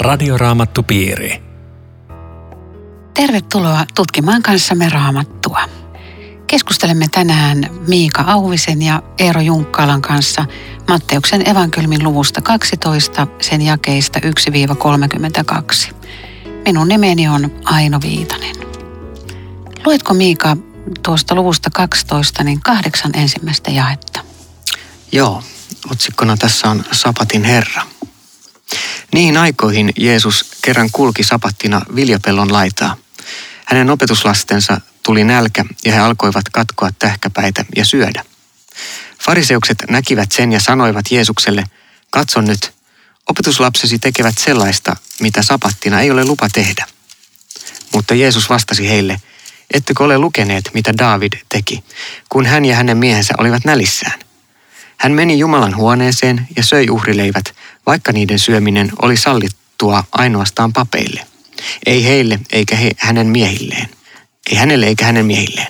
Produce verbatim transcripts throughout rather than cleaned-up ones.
Radioraamattupiiri. Tervetuloa tutkimaan kanssamme Raamattua. Keskustelemme tänään Miika Auvisen ja Eero Junkkalan kanssa Matteuksen evankeliumin luvusta kaksitoista, sen jakeista yksi kolmekymmentäkaksi. Minun nimeni on Aino Viitanen. Luetko Miika tuosta luvusta kaksitoista niin kahdeksan ensimmäistä jaetta? Joo, otsikkona tässä on Sapatin Herra. Niihin aikoihin Jeesus kerran kulki sapattina viljapellon laitaa. Hänen opetuslastensa tuli nälkä ja he alkoivat katkoa tähkäpäitä ja syödä. Fariseukset näkivät sen ja sanoivat Jeesukselle, katso nyt, opetuslapsesi tekevät sellaista, mitä sapattina ei ole lupa tehdä. Mutta Jeesus vastasi heille, ettekö ole lukeneet, mitä Daavid teki, kun hän ja hänen miehensä olivat nälissään. Hän meni Jumalan huoneeseen ja söi uhrileivät, vaikka niiden syöminen oli sallittua ainoastaan papeille. Ei heille eikä he hänen miehilleen. Ei hänelle eikä hänen miehilleen.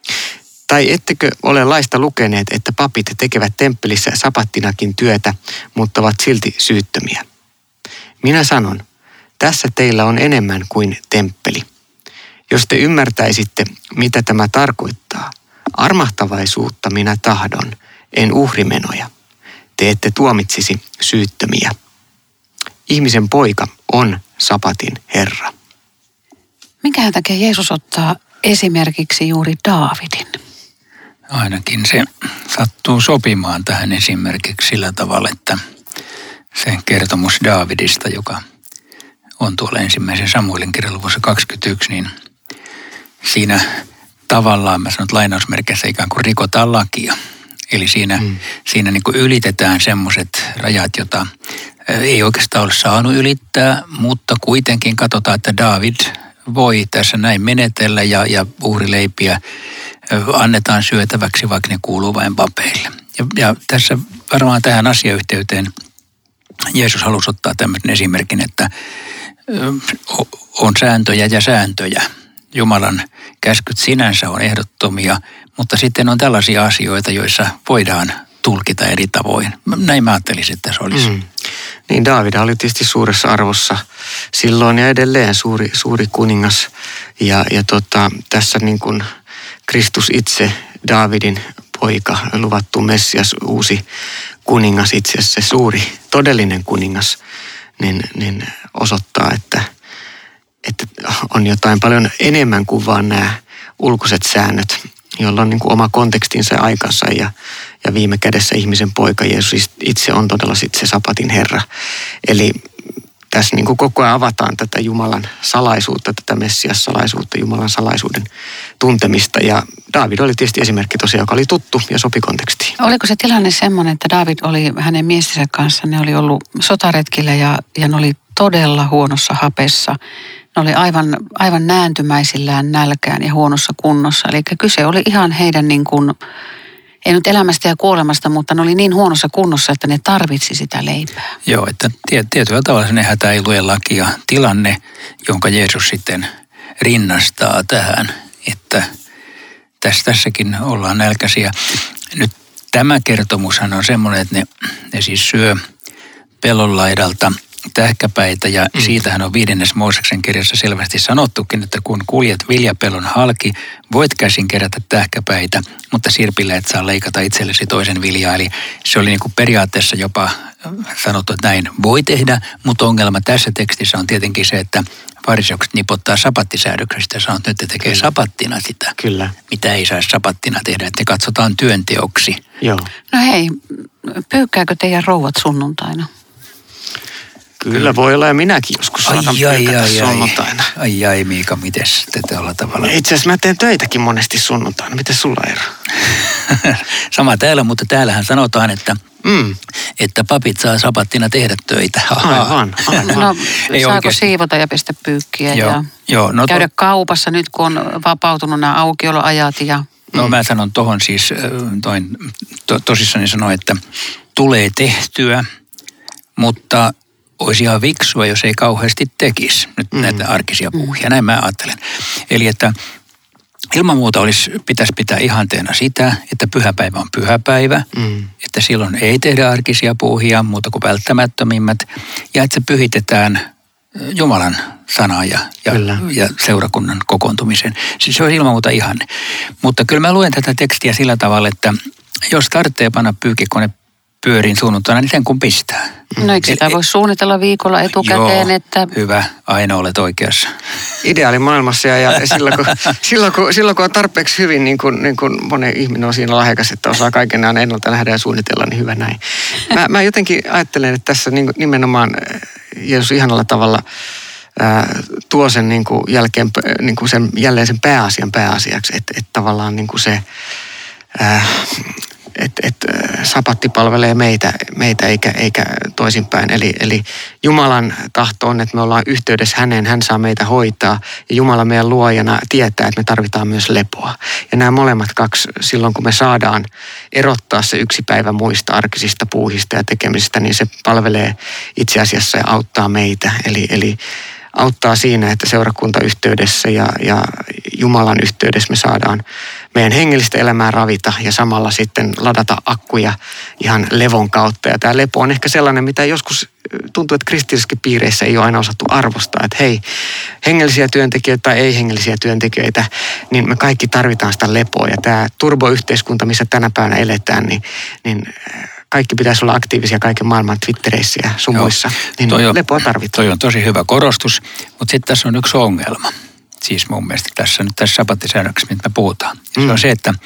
Tai ettekö ole laista lukeneet, että papit tekevät temppelissä sapattinakin työtä, mutta ovat silti syyttömiä? Minä sanon, tässä teillä on enemmän kuin temppeli. Jos te ymmärtäisitte, mitä tämä tarkoittaa, armahtavaisuutta minä tahdon, en uhrimenoja. Te ette tuomitsisi syyttömiä. Ihmisen poika on sapatin Herra. Minkä takia Jeesus ottaa esimerkiksi juuri Daavidin? Ainakin se sattuu sopimaan tähän esimerkiksi sillä tavalla, että se kertomus Daavidista, joka on tuolla ensimmäisen Samuelin kirjan luvussa kaksikymmentäyksi, niin siinä tavallaan, mä sanon lainausmerkeissä, ikään kuin rikotaan lakia. Eli siinä, mm. siinä niin kuin ylitetään semmoiset rajat, jota ei oikeastaan ole saanut ylittää, mutta kuitenkin katsotaan, että Daavid voi tässä näin menetellä ja, ja uhrileipiä annetaan syötäväksi, vaikka ne kuuluu vain papeille. Ja, ja tässä varmaan tähän asiayhteyteen Jeesus halusi ottaa tämmöisen esimerkin, että on sääntöjä ja sääntöjä. Jumalan käskyt sinänsä on ehdottomia, mutta sitten on tällaisia asioita, joissa voidaan tulkita eri tavoin. Näin mä ajattelisin, että se olisi. Mm. Niin, Daavid oli tietysti suuressa arvossa silloin ja edelleen suuri, suuri kuningas. Ja, ja tota, tässä niin kuin Kristus itse, Daavidin poika, luvattu Messias, uusi kuningas itse asiassa, se suuri todellinen kuningas, niin, niin osoittaa, että, että on jotain paljon enemmän kuin vaan nämä ulkoiset säännöt, jolla on niin kuin oma kontekstinsa ja aikansa ja, ja viime kädessä ihmisen poika Jeesus itse on todella sitten se sapatin Herra. Eli tässä niin kuin koko ajan avataan tätä Jumalan salaisuutta, tätä Messias-salaisuutta, Jumalan salaisuuden tuntemista. Ja Daavid oli tietysti esimerkki tosiaan, joka oli tuttu ja sopi kontekstiin. Oliko se tilanne semmoinen, että Daavid oli hänen miestensä kanssa, ne oli ollut sotaretkillä ja, ja ne oli todella huonossa hapessa. Ne oli aivan, aivan nääntymäisillään nälkään ja huonossa kunnossa. Eli kyse oli ihan heidän niin kuin, ei nyt elämästä ja kuolemasta, mutta ne oli niin huonossa kunnossa, että ne tarvitsi sitä leipää. Joo, että tietyllä tavalla se hätäilujen laki ja tilanne, jonka Jeesus sitten rinnastaa tähän, että tässä, tässäkin ollaan nälkäisiä. Nyt tämä kertomushan on semmoinen, että ne, ne siis syö pellon laidalta tähkäpäitä ja mm. siitähän on viidennes Mooseksen kirjassa selvästi sanottukin, että kun kuljet viljapellon halki, voit käsin kerätä tähkäpäitä, mutta sirpillä et saa leikata itsellesi toisen viljaa. Eli se oli niin kuin periaatteessa jopa sanottu, että näin voi tehdä, mutta ongelma tässä tekstissä on tietenkin se, että fariseukset nipottaa sapattisäädöksestä ja sanoo, että nyt te tekee sapattina sitä, Kyllä. mitä ei saisi sapattina tehdä, että katsotaan työnteoksi. Joo. No hei, pyykkääkö teidän rouvat sunnuntaina? Kyllä voi olla ja minäkin joskus saatan pyykätä sunnuntaina. Ai ai Miika, mites te tällä tavalla? Itse asiassa mä teen töitäkin monesti sunnuntaina. Mites sulla, Eero? Sama täällä, mutta täällähän sanotaan, että, mm. että papit saa sapattina tehdä töitä. Aivan, aivan. No ei saako oikeasti siivota ja pestä pyykkiä joo, ja joo, no käydä to... kaupassa nyt, kun on vapautunut nämä aukioloajat ja... No mä sanon tohon siis, toin, to, tosissani sanoin, että tulee tehtyä, mutta olisi ihan viksua, jos ei kauheasti tekisi nyt mm. näitä arkisia puuhia. Näin mä ajattelen. Eli että ilman muuta olisi, pitäisi pitää ihanteena sitä, että pyhäpäivä on pyhäpäivä, mm. että silloin ei tehdä arkisia puuhia muuta kuin välttämättömimmät, ja että se pyhitetään Jumalan sanaa ja, ja, ja seurakunnan kokoontumisen. Siis se on ilman muuta ihanne. Mutta kyllä mä luen tätä tekstiä sillä tavalla, että jos tarvitsee panna pyykikone pyöriin sunnuntaina, niin sen kun pistää. No eikö sitä voi suunnitella viikolla etukäteen, joo, että... hyvä, aina olet oikeassa. Ideaalimaailmassa ja, ja silloin, kun, silloin, kun, silloin kun on tarpeeksi hyvin, niin kuin, niin kuin monen ihminen on siinä lahjakas, että osaa kaiken aina ennalta nähdä ja suunnitella, niin hyvä näin. Mä, mä jotenkin ajattelen, että tässä niin, nimenomaan Jeesus ihanalla tavalla ää, tuo sen, niin kuin jälkeen, niin kuin sen jälleen sen pääasian pääasiaksi, että, että tavallaan niin kuin se... Ää, Että et, sapatti palvelee meitä, meitä eikä, eikä toisinpäin. Eli, eli Jumalan tahto on, että me ollaan yhteydessä häneen, hän saa meitä hoitaa. Ja Jumala meidän luojana tietää, että me tarvitaan myös lepoa. Ja nämä molemmat kaksi, silloin kun me saadaan erottaa se yksi päivä muista arkisista puuhista ja tekemisistä, niin se palvelee itse asiassa ja auttaa meitä. Eli, eli auttaa siinä, että seurakuntayhteydessä ja, ja Jumalan yhteydessä me saadaan meidän hengellistä elämää ravita ja samalla sitten ladata akkuja ihan levon kautta. Ja tämä lepo on ehkä sellainen, mitä joskus tuntuu, että kristillisissäkin piireissä ei ole aina osattu arvostaa. Että hei, hengellisiä työntekijöitä tai ei-hengellisiä työntekijöitä, niin me kaikki tarvitaan sitä lepoa. Ja tämä turboyhteiskunta, missä tänä päivänä eletään, niin, niin kaikki pitäisi olla aktiivisia kaiken maailman Twittereissä ja sumuissa. Niin toi on, lepoa tarvitaan. Toi on tosi hyvä korostus, mutta sitten tässä on yksi ongelma. Siis mun mielestä tässä nyt tässä sapattisäännöksessä, mitä me puhutaan. Ja mm. se on se, että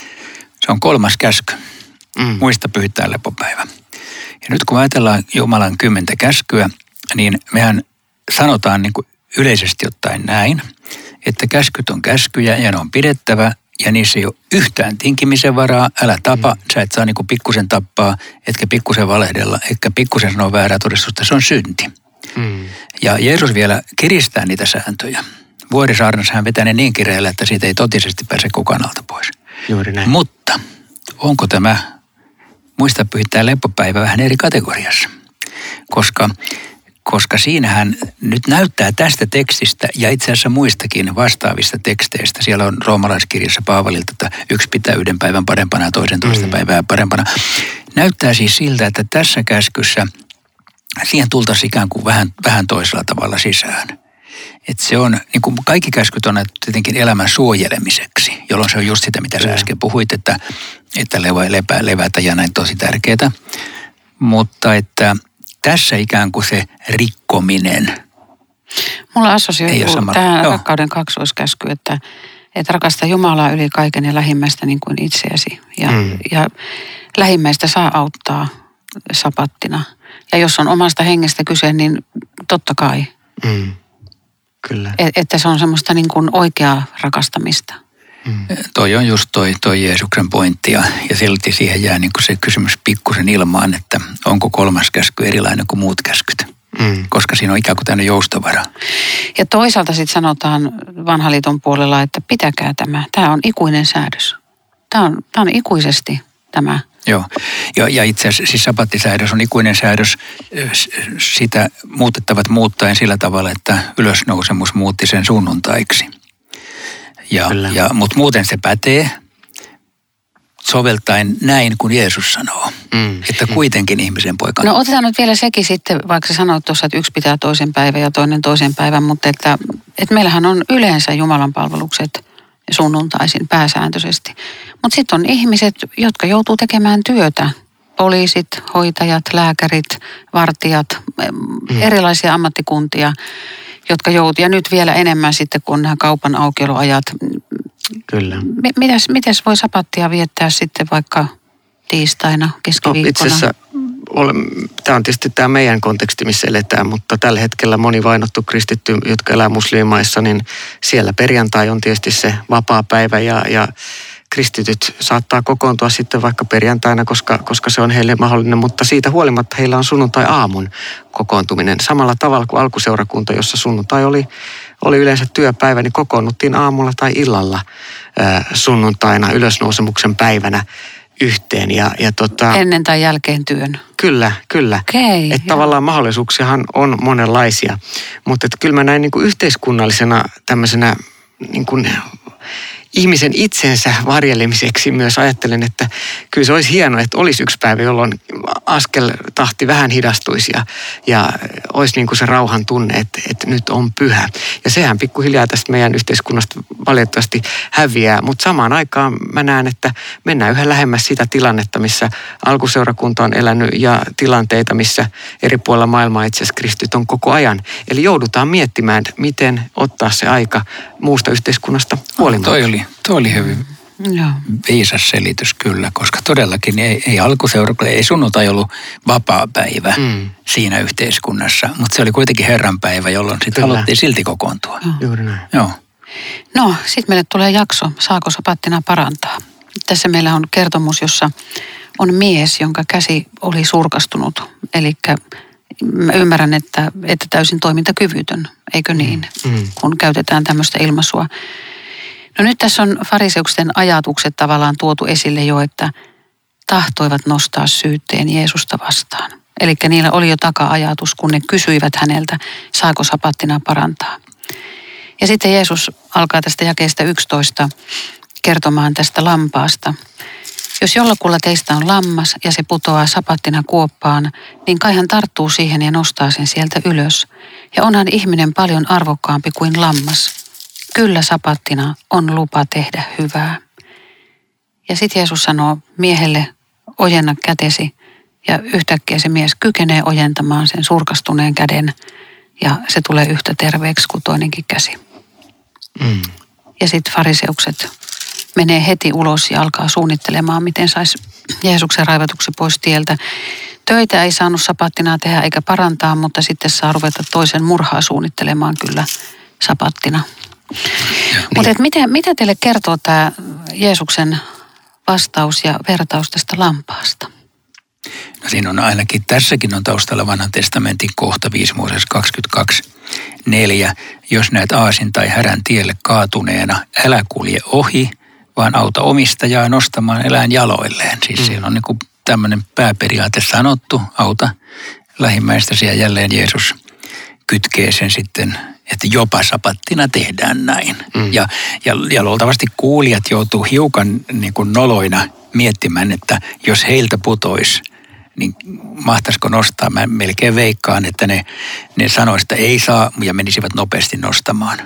se on kolmas käsky. Mm. Muista pyhittää lepopäivä. Ja nyt kun ajatellaan Jumalan kymmentä käskyä, niin mehän sanotaan niin kuin yleisesti ottaen näin, että käskyt on käskyjä ja ne on pidettävä ja niissä ei ole yhtään tinkimisen varaa. Älä tapa, mm. sä et saa niin kuin pikkusen tappaa, etkä pikkusen valehdella, etkä pikkusen sanoa väärää todistusta. Se on synti. Mm. Ja Jeesus vielä kiristää niitä sääntöjä. Vuorisaarnassa hän vetää ne niin kireellä, että siitä ei totisesti pääse kukaan alta pois. Juuri näin. Mutta onko tämä muista pyhittää lepopäivä vähän eri kategoriassa? Koska, koska siinähän nyt näyttää tästä tekstistä ja itse asiassa muistakin vastaavista teksteistä. Siellä on roomalaiskirjassa Paavalilta, että yksi pitää yhden päivän parempana ja toisen toista mm. päivää parempana. Näyttää siis siltä, että tässä käskyssä siihen tultaisiin ikään kuin vähän, vähän toisella tavalla sisään. Että se on, niin kuin kaikki käskyt on tietenkin elämän suojelemiseksi, jolloin se on just sitä, mitä sä äsken puhuit, että, että levä, lepää, levätä ja näin tosi tärkeää. Mutta että tässä ikään kuin se rikkominen. Mulla assosioituu tähän Joo. rakkauden kaksoiskäsky, että, että rakasta Jumalaa yli kaiken ja lähimmäistä niin kuin itseäsi. Ja, mm. ja lähimmäistä saa auttaa sapattina. Ja jos on omasta hengestä kyse, niin totta kai. Mm. Kyllä. Että se on semmoista niin kuin oikeaa rakastamista. Mm. Toi on just toi, toi Jeesuksen pointti ja, ja silti siihen jää niin kuin se kysymys pikkusen ilmaan, että onko kolmas käsky erilainen kuin muut käskyt. Mm. Koska siinä on ikään kuin tämmöinen joustovara. Ja toisaalta sitten sanotaan vanhan liiton puolella, että pitäkää tämä. Tämä on ikuinen säädös. Tämä on, tämä on ikuisesti tämä. Joo, ja, ja itse asiassa siis sapattisäädös on ikuinen säädös, sitä muutettavat muuttaen sillä tavalla, että ylösnousemus muutti sen sunnuntaiksi. Ja, ja, mutta muuten se pätee soveltaen näin, kun Jeesus sanoo, mm. että kuitenkin ihmisen poika. No otetaan nyt vielä sekin sitten, vaikka sä sanoit tuossa, että yksi pitää toisen päivän ja toinen toisen päivän, mutta että, että meillähän on yleensä Jumalan palvelukset sunnuntaisin pääsääntöisesti. Mutta sitten on ihmiset, jotka joutuu tekemään työtä. Poliisit, hoitajat, lääkärit, vartijat, mm. erilaisia ammattikuntia, jotka joutuu. Ja nyt vielä enemmän sitten, kun nämä kaupan aukioloajat. Kyllä. Mitäs, mitäs voi sapattia viettää sitten vaikka tiistaina, keskiviikkona? No, itse asiassa, tämä on tietysti tämä meidän konteksti, missä eletään, mutta tällä hetkellä moni vainottu kristitty, jotka elää muslimimaissa, niin siellä perjantai on tietysti se vapaa päivä ja, ja kristityt saattaa kokoontua sitten vaikka perjantaina, koska, koska se on heille mahdollinen, mutta siitä huolimatta heillä on sunnuntai-aamun kokoontuminen. Samalla tavalla kuin alkuseurakunta, jossa sunnuntai oli, oli yleensä työpäivä, niin kokoonnuttiin aamulla tai illalla äh, sunnuntaina ylösnousemuksen päivänä yhteen. Ja, ja tota, ennen tai jälkeen työn. Kyllä, kyllä. Okay, että tavallaan mahdollisuuksiahan on monenlaisia, mutta että kyllä mä näin niin kuin yhteiskunnallisena tämmöisenä niin kuin ihmisen itsensä varjelemiseksi myös ajattelen, että kyllä se olisi hienoa, että olisi yksi päivä, jolloin askeltahti vähän hidastuisi ja, ja olisi niin kuin se rauhan tunne, että, että nyt on pyhä. Ja sehän pikkuhiljaa tästä meidän yhteiskunnasta valitettavasti häviää, mutta samaan aikaan mä näen, että mennään yhä lähemmäs sitä tilannetta, missä alkuseurakunta on elänyt ja tilanteita, missä eri puolilla maailmaa itse asiassa kristityt on koko ajan. Eli joudutaan miettimään, miten ottaa se aika muusta yhteiskunnasta huolimatta. Toi oli, toi oli hyvin Joo. viisas selitys kyllä, koska todellakin ei, ei alkuseurakunta, ei sunnuntai ollut vapaa-päivä mm. siinä yhteiskunnassa, mutta se oli kuitenkin Herran päivä, jolloin sitten haluttiin silti kokoontua. Joo. Juuri näin. Joo. No, sitten meille tulee jakso, saako sapattina parantaa. Tässä meillä on kertomus, jossa on mies, jonka käsi oli surkastunut. Eli mä ymmärrän, että, että täysin toimintakyvytön, eikö niin, mm. kun käytetään tämmöistä ilmaisua. No nyt tässä on fariseuksen ajatukset tavallaan tuotu esille jo, että tahtoivat nostaa syytteen Jeesusta vastaan. Eli niillä oli jo taka-ajatus, kun ne kysyivät häneltä, saako sapattina parantaa. Ja sitten Jeesus alkaa tästä jakeesta yksitoista kertomaan tästä lampaasta. Jos jollakulla teistä on lammas ja se putoaa sapattina kuoppaan, niin kai hän tarttuu siihen ja nostaa sen sieltä ylös. Ja onhan ihminen paljon arvokkaampi kuin lammas. Kyllä sapattina on lupa tehdä hyvää. Ja sitten Jeesus sanoo miehelle, ojenna kätesi. Ja yhtäkkiä se mies kykenee ojentamaan sen surkastuneen käden. Ja se tulee yhtä terveeksi kuin toinenkin käsi. Mm. Ja sitten fariseukset menee heti ulos ja alkaa suunnittelemaan, miten saisi Jeesuksen raivatuksi pois tieltä. Töitä ei saanut sapattinaa tehdä eikä parantaa, mutta sitten saa ruveta toisen murhaa suunnittelemaan kyllä sapattina. Niin. Mutta mitä, mitä teille kertoo tämä Jeesuksen vastaus ja vertaus tästä lampaasta? No siinä on ainakin, tässäkin on taustalla vanhan testamentin kohta viisi Mooses kaksikymmentäkaksi neljä. Jos näet aasin tai härän tielle kaatuneena, älä kulje ohi, vaan auta omistajaa nostamaan eläin jaloilleen. Siis mm. siellä on niin kuin tämmöinen pääperiaate sanottu, auta lähimmäistäsi, ja jälleen Jeesus kytkee sen sitten, että jopa sapattina tehdään näin. Mm. Ja, ja, ja luultavasti kuulijat joutuu hiukan niin kuin noloina miettimään, että jos heiltä putoisi, niin mahtaisiko nostaa? Mä melkein veikkaan, että ne, ne sanoisivat, että ei saa ja menisivät nopeasti nostamaan.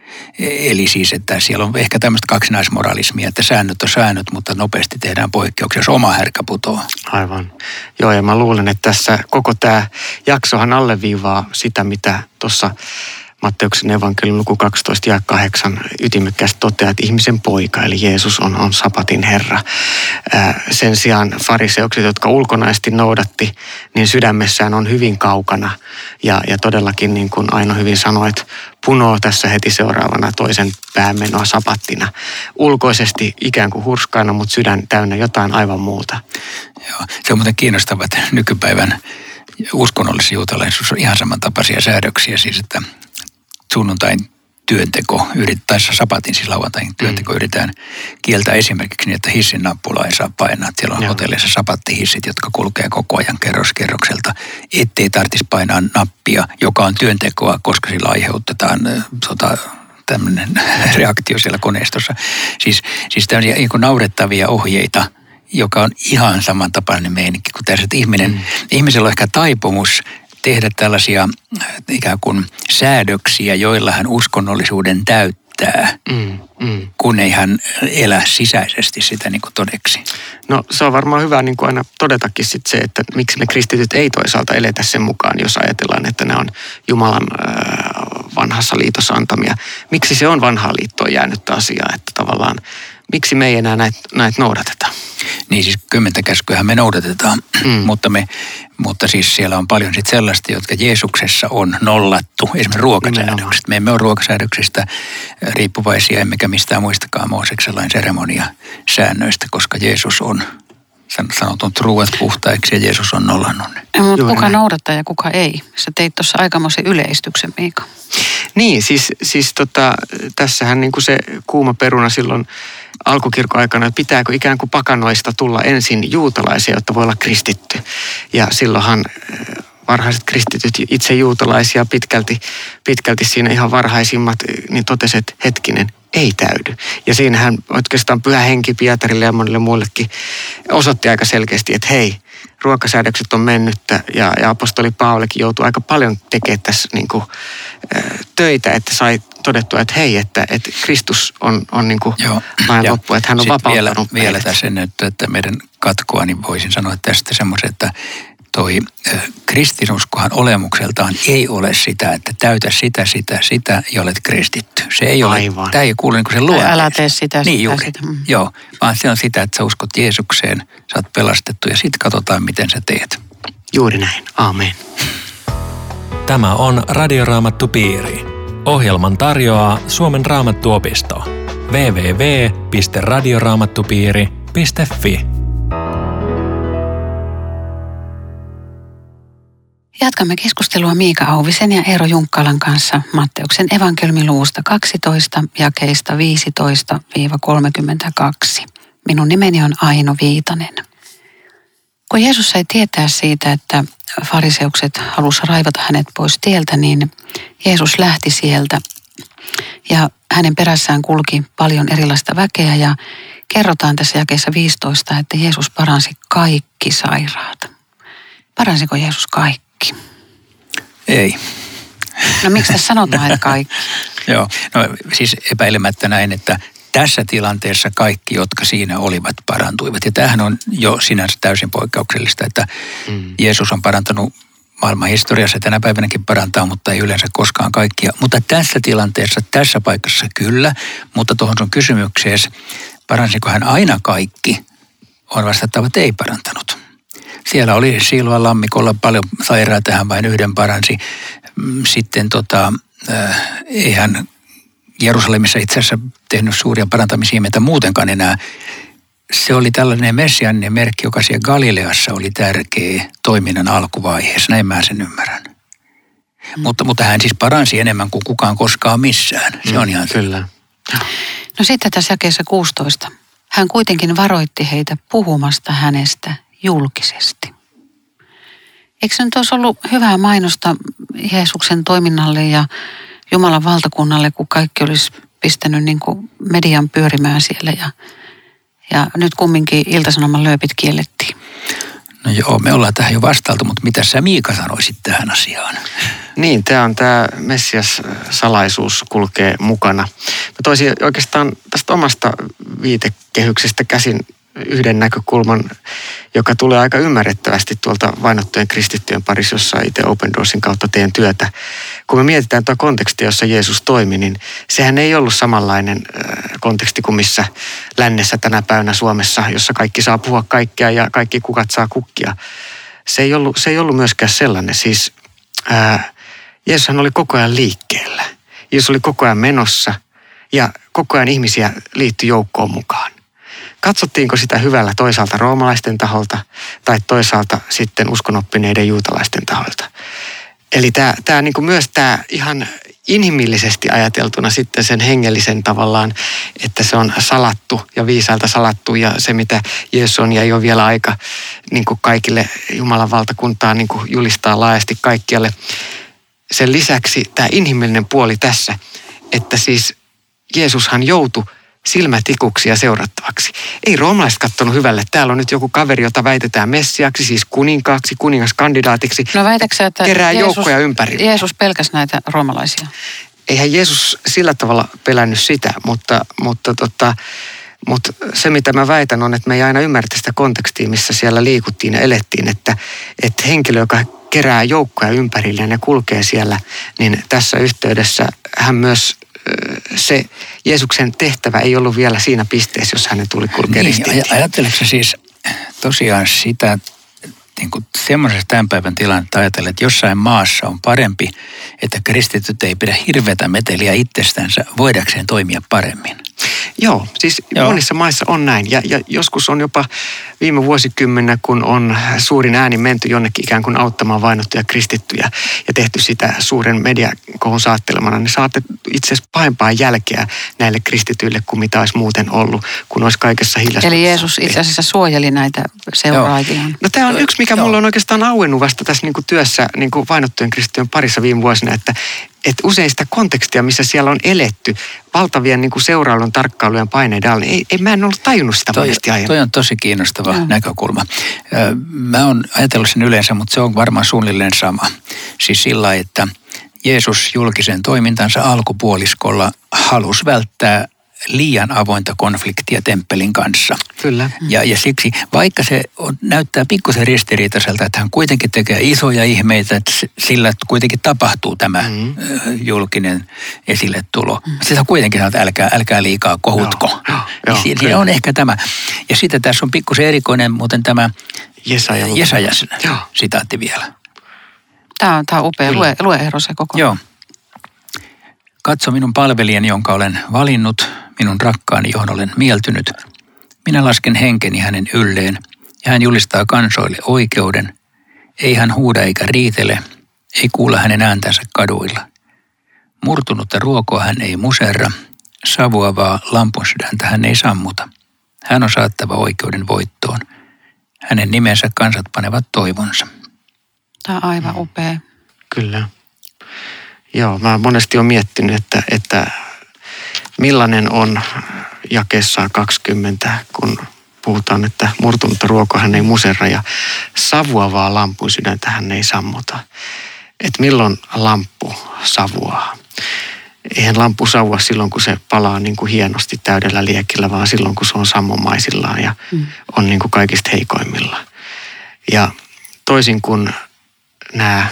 Eli siis, että siellä on ehkä tämmöistä kaksinaismoralismia, että säännöt on säännöt, mutta nopeasti tehdään poikkeuksia, jos oma härkä putoo. Aivan. Joo, ja mä luulen, että tässä koko tämä jaksohan alleviivaa sitä, mitä tuossa Matteuksen evankeliumin luku kaksitoista ja kahdeksan ytimekkäästi toteaa, että ihmisen poika, eli Jeesus on, on sapatin Herra. Ää, sen sijaan fariseukset, jotka ulkonaisesti noudatti, niin sydämessään on hyvin kaukana. Ja, ja todellakin, niin kuin Aino hyvin sanoi, että punoo tässä heti seuraavana toisen päämenoa sapattina. Ulkoisesti ikään kuin hurskaana, mutta sydän täynnä jotain aivan muuta. Joo, se on muuten kiinnostavaa, että nykypäivän uskonnollisessa juutalaisuudessa on ihan samantapaisia säädöksiä, siis että sunnuntain työnteko, yrittäessä sapatin, siis lauantain työnteko mm. yritetään kieltää esimerkiksi niin, että hissin nappula ei saa painaa. Siellä on Joo. hotelleissa sapattihissit, jotka kulkee koko ajan kerroskerrokselta, ettei tarvitsisi painaa nappia, joka on työntekoa, koska sillä aiheutetaan tota, tämmöinen reaktio siellä koneistossa. Siis, siis tämmöisiä niin kuin naurettavia ohjeita, joka on ihan samantapainen meininki kuin tässä, että ihminen, mm. ihmisellä on ehkä taipumus tehdä tällaisia ikään kuin säädöksiä, joilla hän uskonnollisuuden täyttää, mm, mm. kun ei hän elä sisäisesti sitä niin kuin todeksi. No se on varmaan hyvä niin kuin aina todetakin sit se, että miksi me kristityt ei toisaalta eletä sen mukaan, jos ajatellaan, että ne on Jumalan äh, vanhassa liitossa antamia. Miksi se on vanhaan liittoon jäänyt asia, että tavallaan miksi me ei enää näitä näit noudateta? Niin siis kymmentä käskyähän me noudatetaan, mm. mutta, me, mutta siis siellä on paljon sit sellaista, jotka Jeesuksessa on nollattu. Esimerkiksi ruokasäädökset. Me emme ole ruokasäädöksistä riippuvaisia, emmekä mistään muistakaan Mooseksen lain seremoniasäännöistä, koska Jeesus on sanotun ruuat puhtaiksi ja Jeesus on nollannut ne. Mutta kuka noudattaa ja kuka ei? Sä teit tuossa aikamoisen yleistyksen, Miika. Niin, siis, siis tota, tässähän niin kuin se kuuma peruna silloin alkukirkon aikana, että pitääkö ikään kuin pakanoista tulla ensin juutalaisia, jotta voi olla kristitty. Ja silloinhan varhaiset kristityt, itse juutalaisia pitkälti, pitkälti siinä ihan varhaisimmat, niin totesi, että hetkinen, ei täydy. Ja siinähän oikeastaan Pyhä Henki Pietarille ja monille muillekin osoitti aika selkeästi, että hei, ruokasäädökset on mennyttä ja, ja apostoli Paulikin joutui aika paljon tekemään tässä niin kuin, ä, töitä, että sai todettua, että hei, että, että Kristus on, on niin kuin maailman loppu, että hän on vapauttanut vielä, vielä tässä nyt, että meidän katkoa, niin voisin sanoa tästä semmoisen, että toi äh, kristinuskohan olemukseltaan ei ole sitä, että täytä sitä, sitä, sitä ja olet kristitty. Se ei ole, Aivan. tämä ei kuulu niin kuin sen luonteeseen. Älä tee sitä, niin, sitä, juuri. sitä. Mm. Joo, vaan se on sitä, että sä uskot Jeesukseen, sä oot pelastettu ja sitten katsotaan, miten sä teet. Juuri näin. Aamen. Tämä on Radioraamattupiiri. Ohjelman tarjoaa Suomen Raamattuopisto. double-u double-u double-u piste radioraamattupiiri piste fi. Jatkamme keskustelua Miika Auvisen ja Eero Junkkalan kanssa Matteuksen evankeliumin luvusta kaksitoista, jakeista viisitoista kolmekymmentäkaksi. Minun nimeni on Aino Viitanen. Kun Jeesus sai tietää siitä, että fariseukset halusi raivata hänet pois tieltä, niin Jeesus lähti sieltä ja hänen perässään kulki paljon erilaista väkeä ja kerrotaan tässä jakeessa viisitoista, että Jeesus paransi kaikki sairaat. Paransiko Jeesus kaikki? Ei. No miksi tässä sanotaan, että kaikki? Joo, no siis epäilemättä näin, että tässä tilanteessa kaikki, jotka siinä olivat, parantuivat. Ja tämähän on jo sinänsä täysin poikkeuksellista, että mm. Jeesus on parantanut maailman historiassa, tänä päivänäkin parantaa, mutta ei yleensä koskaan kaikkia. Mutta tässä tilanteessa, tässä paikassa kyllä, mutta tuohon sun kysymykseen, paransiko hän aina kaikki, on vastattava, että ei parantanut. Siellä oli Siiloan lammikolla paljon sairaita, hän vain yhden paransi. Sitten tota, äh, ei hän Jerusalemissa itse asiassa tehnyt suuria parantamisia meitä muutenkaan enää. Se oli tällainen messiaaninen merkki, joka siellä Galileassa oli tärkeä toiminnan alkuvaiheessa. Näin mä sen ymmärrän. Mm. Mutta, mutta hän siis paransi enemmän kuin kukaan koskaan missään. Se mm, on ihan kyllä. No sitten tässä jakeessa kuusitoista. Hän kuitenkin varoitti heitä puhumasta hänestä julkisesti. Eikö se nyt olisi ollut hyvää mainosta Jeesuksen toiminnalle ja Jumalan valtakunnalle, kun kaikki olisi pistänyt niin kuin median pyörimään siellä ja, ja nyt kumminkin Ilta-Sanoman lööpit kiellettiin. No joo, me ollaan tähän jo vastailtu, mutta mitä sä Miika sanoisit tähän asiaan? Niin, tämä on tämä Messias-salaisuus kulkee mukana. Mä toisin oikeastaan tästä omasta viitekehyksestä käsin yhden näkökulman, joka tulee aika ymmärrettävästi tuolta vainottujen kristittyjen parissa, jossa itse Open Doorsin kautta teen työtä. Kun me mietitään tuo konteksti, jossa Jeesus toimi, niin sehän ei ollut samanlainen konteksti kuin missä lännessä tänä päivänä Suomessa, jossa kaikki saa puhua kaikkea ja kaikki kukat saa kukkia. Se ei ollut, se ei ollut myöskään sellainen. Siis ää, Jeesushan oli koko ajan liikkeellä. Jeesus oli koko ajan menossa ja koko ajan ihmisiä liittyi joukkoon mukaan. Katsottiinko sitä hyvällä toisaalta roomalaisten taholta tai toisaalta sitten uskonoppineiden juutalaisten taholta. Eli tämä, tämä niin kuin myös tämä ihan inhimillisesti ajateltuna sitten sen hengellisen tavallaan, että se on salattu ja viisailta salattu ja se mitä Jeesus on ja ei ole vielä aika niin kuin kaikille Jumalan valtakuntaa niin kuin julistaa laajasti kaikkialle. Sen lisäksi tämä inhimillinen puoli tässä, että siis Jeesushan joutui silmätikuksia seurattavaksi. Ei roomalaiset katsonut hyvälle. Täällä on nyt joku kaveri, jota väitetään messiaksi, siis kuninkaaksi, kuningaskandidaatiksi. No väitäksä, että kerää Jeesus, joukkoja ympärille. Jeesus pelkäsi näitä roomalaisia? Eihän Jeesus sillä tavalla pelännyt sitä, mutta, mutta, tota, mutta se mitä mä väitän on, että me ei aina ymmärretä sitä kontekstia, missä siellä liikuttiin ja elettiin, että, että henkilö, joka kerää joukkoja ympärilleen ja kulkee siellä, niin tässä yhteydessä hän myös se Jeesuksen tehtävä ei ollut vielä siinä pisteessä, jos hänen tuli kulkea niin, ristiin. Ajatteletko siis tosiaan sitä, niin kuin semmoisessa tämän päivän tilannetta ajatella, että jossain maassa on parempi, että kristityt ei pidä hirveätä meteliä itsestänsä voidakseen toimia paremmin? Joo, siis Joo. monissa maissa on näin. Ja, ja joskus on jopa viime vuosikymmenä, kun on suurin ääni menty jonnekin ikään kuin auttamaan vainottuja kristittyjä ja tehty sitä suuren mediakohun saattelemana, niin saatte itse asiassa pahempaa jälkeä näille kristityille kuin mitä olisi muuten ollut, kun olisi kaikessa hiljaisuudessa. Eli Jeesus itse asiassa suojeli näitä seuraajia. No tämä on yksi, mikä Joo. mulla on oikeastaan auennut vasta tässä niin kuin työssä niin kuin vainottujen kristittyjen parissa viime vuosina, että että usein sitä kontekstia, missä siellä on eletty valtavien niin kuin seurailun, tarkkailujen paineiden alle, ei, ei mä en ollut tajunnut sitä toi, monesti aiemmin. Toi on tosi kiinnostava mm. näkökulma. Mä oon ajatellut sen yleensä, mutta se on varmaan suunnilleen sama. Siis sillä, että Jeesus julkisen toimintansa alkupuoliskolla halusi välttää liian avointa konfliktia temppelin kanssa. Kyllä. Ja, ja siksi, vaikka se on, näyttää pikkusen ristiriitaiselta, että hän kuitenkin tekee isoja ihmeitä, että sillä kuitenkin tapahtuu tämä mm. julkinen esille tulo. Mm. Sitä kuitenkin sanoo, että älkää, älkää liikaa kohutko. Joo, joo, siinä, siinä on ehkä tämä. Ja sitten tässä on pikkusen erikoinen muuten tämä Jesaja. Jesajas sitaatti vielä. Tämä on, tämä on upea. Lue, lue Eero se koko. Joo. Katso minun palvelijani, jonka olen valinnut, minun rakkaani, johon olen mieltynyt. Minä lasken henkeni hänen ylleen, ja hän julistaa kansoille oikeuden. Ei hän huuda eikä riitele, ei kuulla hänen ääntänsä kaduilla. Murtunutta ruokoa hän ei muserra, savuavaa lampun sydäntä hän ei sammuta. Hän on saattava oikeuden voittoon. Hänen nimensä kansat panevat toivonsa. Tämä on aivan upea. Kyllä. Joo, mä monesti olen miettinyt, että, että millainen on jakeessa kaksikymmentä, kun puhutaan, että murtunutta ruokoa hän ei muserra ja savuavaa lampun sydäntä hän ei sammuta. Että milloin lamppu savuaa? Eihän lamppu savua silloin, kun se palaa niin kuin hienosti täydellä liekillä, vaan silloin, kun se on sammumaisillaan ja mm. on niin kuin kaikista heikoimmilla. Ja toisin kuin nämä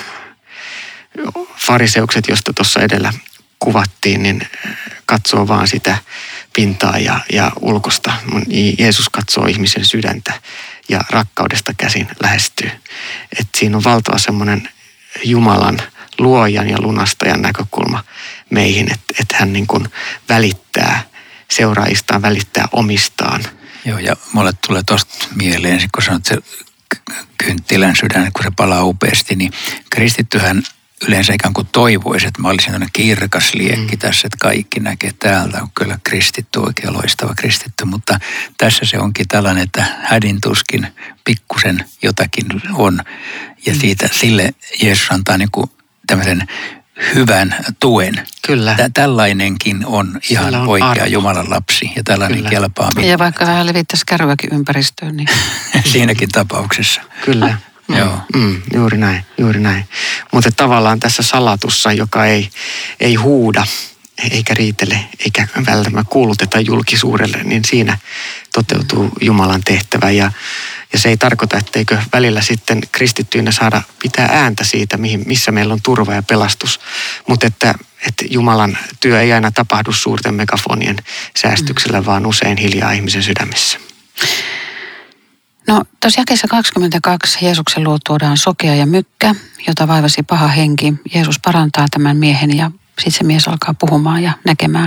fariseukset, josta tuossa edellä kuvattiin, niin katsoo vaan sitä pintaa ja, ja ulkosta. Jeesus katsoo ihmisen sydäntä ja rakkaudesta käsin lähestyy. Et siinä on valtava semmoinen Jumalan luojan ja lunastajan näkökulma meihin, että et hän niin kuin välittää seuraajistaan, välittää omistaan. Joo, ja mulle tulee tuosta mieleen, kun sanot se kynttilän sydän, kun se palaa upeasti, niin kristittyhän yleensä ikään kuin toivoisi, että mä olisin tämmöinen kirkas liekki mm. tässä, että kaikki näkee täältä, on kyllä kristitty, oikein loistava kristitty, mutta tässä se onkin tällainen, että hädintuskin pikkusen jotakin on, ja siitä sille Jeesus antaa niin kuin tämmöisen hyvän tuen. Kyllä. Tä, tällainenkin on ihan on oikea arvo. Jumalan lapsi, ja tällainen kyllä. kelpaa. Ja vaikka vähän levittäisi kärryäkin ympäristöön, niin siinäkin tapauksessa. Kyllä. Mm, Joo. Mm, juuri näin, juuri näin. Mutta tavallaan tässä salatussa, joka ei, ei huuda, eikä riitele, eikä välttämättä kuuluteta julkisuudelle, niin siinä toteutuu Jumalan tehtävä. Ja, ja se ei tarkoita, etteikö välillä sitten kristittyinä saada pitää ääntä siitä, mihin, missä meillä on turva ja pelastus. Mutta että, että Jumalan työ ei aina tapahdu suurten megafonien säästyksellä, mm. vaan usein hiljaa ihmisen sydämessä. No tuossa jakeessa kaksikymmentäkaksi Jeesuksen luo tuodaan sokea ja mykkä, jota vaivasi paha henki. Jeesus parantaa tämän miehen ja sitten se mies alkaa puhumaan ja näkemään.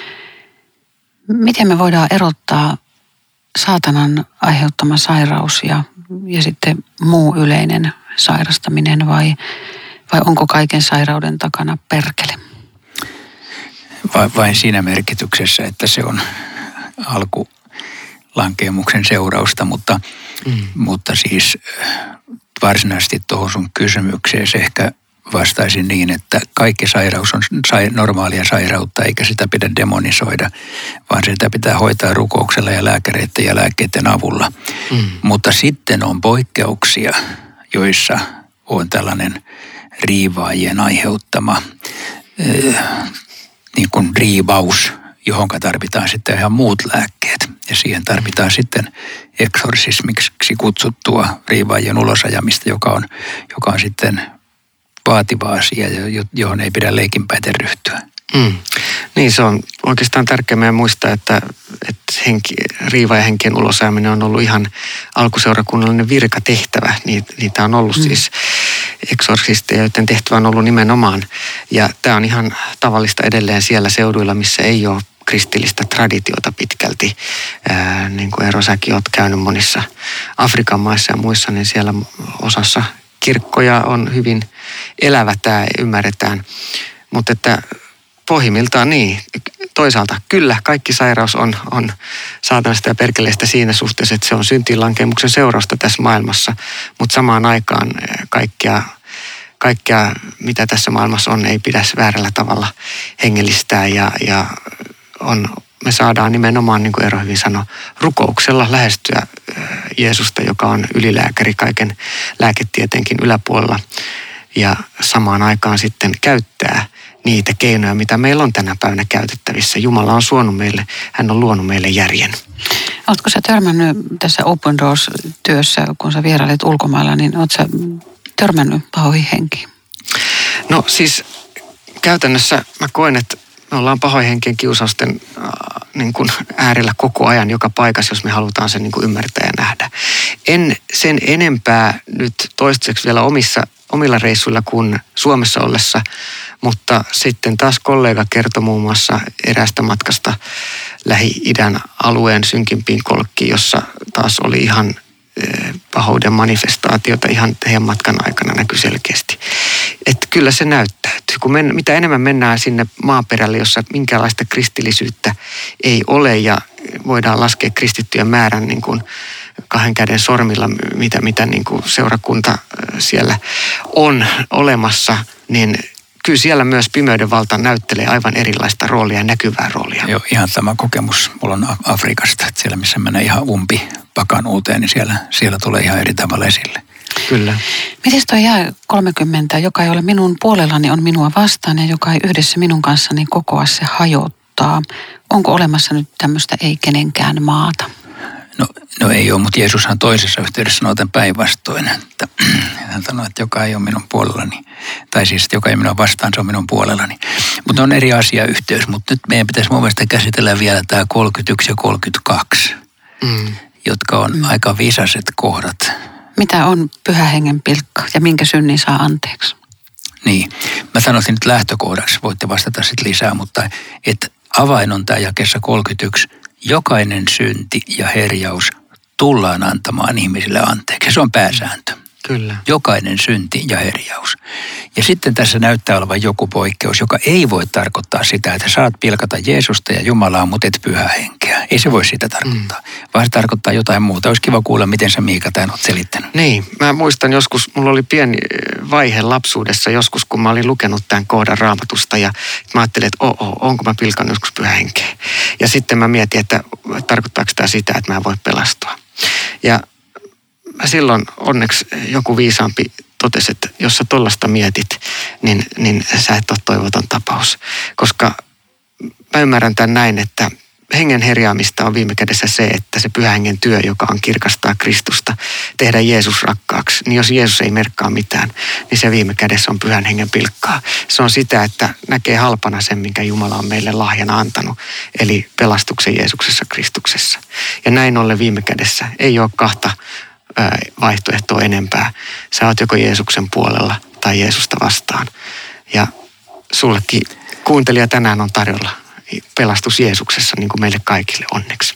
Miten me voidaan erottaa saatanan aiheuttama sairaus ja, ja sitten muu yleinen sairastaminen vai, vai onko kaiken sairauden takana perkele? Vain, vain siinä merkityksessä, että se on alku lankeemuksen seurausta, mutta, mm. mutta siis varsinaisesti tuohon sun kysymykseen se ehkä vastaisin niin, että kaikki sairaus on normaalia sairautta eikä sitä pidä demonisoida, vaan sitä pitää hoitaa rukouksella ja lääkäreiden ja lääkkeiden avulla. Mm. Mutta sitten on poikkeuksia, joissa on tällainen riivaajien aiheuttama äh, niin kuin riivaus, johon tarvitaan sitten ihan muut lääkkeet. Ja siihen tarvitaan sitten eksorsismiksi kutsuttua riivaajien ulosajamista, joka on, joka on sitten vaativa asia, johon ei pidä leikinpäiten ryhtyä. Mm. Niin, se on oikeastaan tärkeää meidän muistaa, että, että henki, riivaajahenkien ulosajaminen on ollut ihan alkuseurakunnallinen virkatehtävä. Niitä, niitä on ollut mm. siis eksorsisteja, joiden tehtävä on ollut nimenomaan. Ja tämä on ihan tavallista edelleen siellä seuduilla, missä ei ole kristillistä traditiota pitkälti. Ää, niin kuin Eero, säkin olet käynyt monissa Afrikan maissa ja muissa, niin siellä osassa kirkkoja on hyvin elävä tämä, ymmärretään. Mutta että pohjimmiltaan niin, toisaalta kyllä kaikki sairaus on, on saatanasta ja perkeleestä siinä suhteessa, että se on syntiinlankemuksen seurausta tässä maailmassa, mutta samaan aikaan kaikkia kaikkea, mitä tässä maailmassa on, ei pidä väärällä tavalla hengellistää ja, ja on, me saadaan nimenomaan, niin kuin Eero hyvin sanoi, rukouksella lähestyä Jeesusta, joka on ylilääkäri kaiken lääketieteenkin yläpuolella ja samaan aikaan sitten käyttää niitä keinoja, mitä meillä on tänä päivänä käytettävissä. Jumala on suonut meille, hän on luonut meille järjen. Oletko sä törmännyt tässä Open Doors-työssä, kun sä vierailet ulkomailla, niin ootko sä törmännyt pahoihin henkiin? No siis käytännössä mä koen, että me ollaan pahojen henkien kiusausten äh, niin kuin äärellä koko ajan joka paikassa, jos me halutaan sen niin kuin ymmärtää ja nähdä. En sen enempää nyt toistaiseksi vielä omissa, omilla reissuilla kuin Suomessa ollessa, mutta sitten taas kollega kertoi muun muassa eräästä matkasta Lähi-idän alueen synkimpiin kolkkiin, jossa taas oli ihan pahouden manifestaatiota ihan heidän matkan aikana näkyy selkeästi. Että kyllä se näyttäytyy. Kun men, mitä enemmän mennään sinne maaperälle, jossa minkäänlaista kristillisyyttä ei ole ja voidaan laskea kristittyjen määrän niin kuin kahden käden sormilla, mitä, mitä niin kuin seurakunta siellä on olemassa, niin kyllä siellä myös pimeyden valta näyttelee aivan erilaista roolia ja näkyvää roolia. Joo, ihan sama kokemus. Mulla on Afrikasta, että siellä missä mennään ihan umpi pakanuuteen, niin siellä, siellä tulee ihan eri tavalla esille. Kyllä. Miten tuo jää kolmekymmentä, joka ei ole minun puolellani, on minua vastaan ja joka ei yhdessä minun kanssani kokoa, se hajottaa? Onko olemassa nyt tämmöistä ei kenenkään maata? No, no ei ole, mutta Jeesushan toisessa yhteydessä sanoo tämän päinvastoin. Että, hän sanoo, että joka ei ole minun puolellani. Tai siis, että joka ei minua vastaan, se on minun puolellani. Mutta on eri asiayhteys, mutta nyt meidän pitäisi mun mielestä käsitellä vielä tämä kolmekymmentäyksi ja kolmekymmentäkaksi, mm. jotka on mm. aika visaset kohdat. Mitä on pyhä hengen pilkka ja minkä synnin saa anteeksi? Niin, mä sanoisin nyt lähtökohdaksi, voitte vastata sitten lisää, mutta että avain on tämä jakeessa kolmekymmentäyksi. Jokainen synti ja herjaus tullaan antamaan ihmisille anteeksi. Se on pääsääntö. Kyllä. Jokainen synti ja herjaus. Ja sitten tässä näyttää olevan joku poikkeus, joka ei voi tarkoittaa sitä, että saat pilkata Jeesusta ja Jumalaa, mutta et pyhää henkeä. Ei se voi sitä tarkoittaa, mm. vaan se tarkoittaa jotain muuta. Olisi kiva kuulla, miten sä Miika tämän oot selittänyt. Niin, mä muistan joskus, mulla oli pieni vaihe lapsuudessa joskus, kun mä olin lukenut tämän kohdan Raamatusta ja mä ajattelin, että oh, oh, onko mä pilkannut joskus pyhää henkeä. Ja sitten mä mietin, että tarkoittaako tämä sitä, että mä en voi pelastua. Ja silloin onneksi joku viisaampi totesi, että jos sä tollasta mietit, niin, niin sä et ole toivoton tapaus. Koska mä ymmärrän tämän näin, että hengen herjaamista on viime kädessä se, että se pyhä hengen työ, joka on kirkastaa Kristusta, tehdä Jeesus rakkaaksi. Niin jos Jeesus ei merkkaa mitään, niin se viime kädessä on pyhän hengen pilkkaa. Se on sitä, että näkee halpana sen, minkä Jumala on meille lahjana antanut, eli pelastuksen Jeesuksessa Kristuksessa. Ja näin ollen viime kädessä ei ole kahta vaihtoehtoa enempää. Sä oot joko Jeesuksen puolella tai Jeesusta vastaan. Ja sullekin kuuntelija tänään on tarjolla pelastus Jeesuksessa, niin kuin meille kaikille onneksi.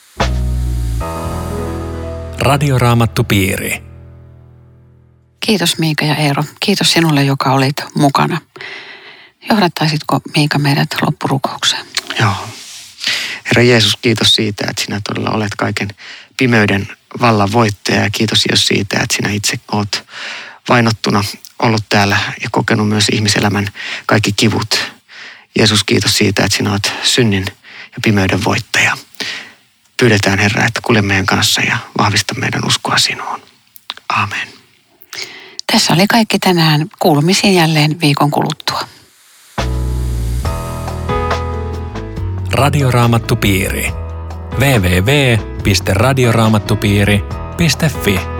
Radioraamattupiiri. Kiitos Miika ja Eero. Kiitos sinulle, joka olit mukana. Johdattaisitko Miika meidät loppurukoukseen? Joo. Herra Jeesus, kiitos siitä, että sinä todella olet kaiken pimeyden vallan voittaja ja kiitos Jeesus siitä, että sinä itse olet vainottuna ollut täällä ja kokenut myös ihmiselämän kaikki kivut. Jeesus, kiitos siitä, että sinä olet synnin ja pimeyden voittaja. Pyydetään Herra, että kulje meidän kanssa ja vahvista meidän uskoa sinuun. Aamen. Tässä oli kaikki tänään. Kuulumisiin jälleen viikon kuluttua. Radioraamattupiiri. double-u double-u double-u piste radioraamattupiiri piste fi